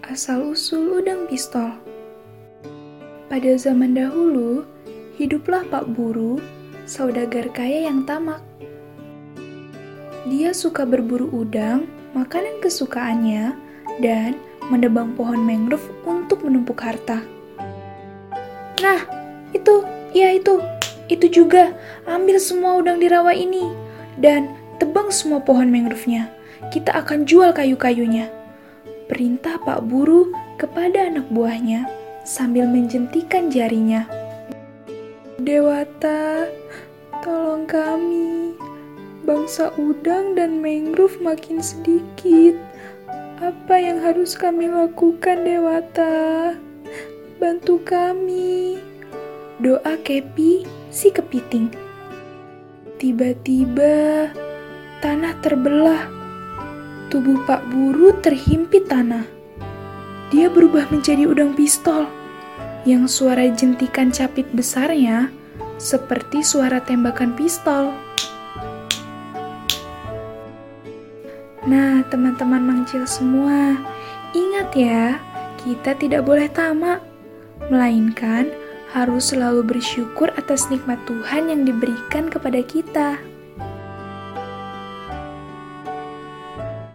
Asal-usul udang pistol. Pada zaman dahulu, hiduplah Pak Buru, saudagar kaya yang tamak. Dia suka berburu udang, makanan kesukaannya, dan menebang pohon mangrove untuk menumpuk harta. Nah, itu juga. Ambil semua udang di rawa ini, dan tebang semua pohon mangrove-nya. Kita akan jual kayu-kayunya. Perintah Pak Buru kepada anak buahnya sambil menjentikan jarinya. Dewata, tolong kami. Bangsa udang dan mangrove makin sedikit. Apa yang harus kami lakukan, Dewata? Bantu kami. Doa Kepi si kepiting. Tiba-tiba tanah terbelah. Tubuh Pak Buru terhimpit tanah. Dia berubah menjadi udang pistol, yang suara jentikan capit besarnya seperti suara tembakan pistol. Nah, teman-teman mangcil semua, ingat ya, kita tidak boleh tamak, melainkan harus selalu bersyukur atas nikmat Tuhan yang diberikan kepada kita.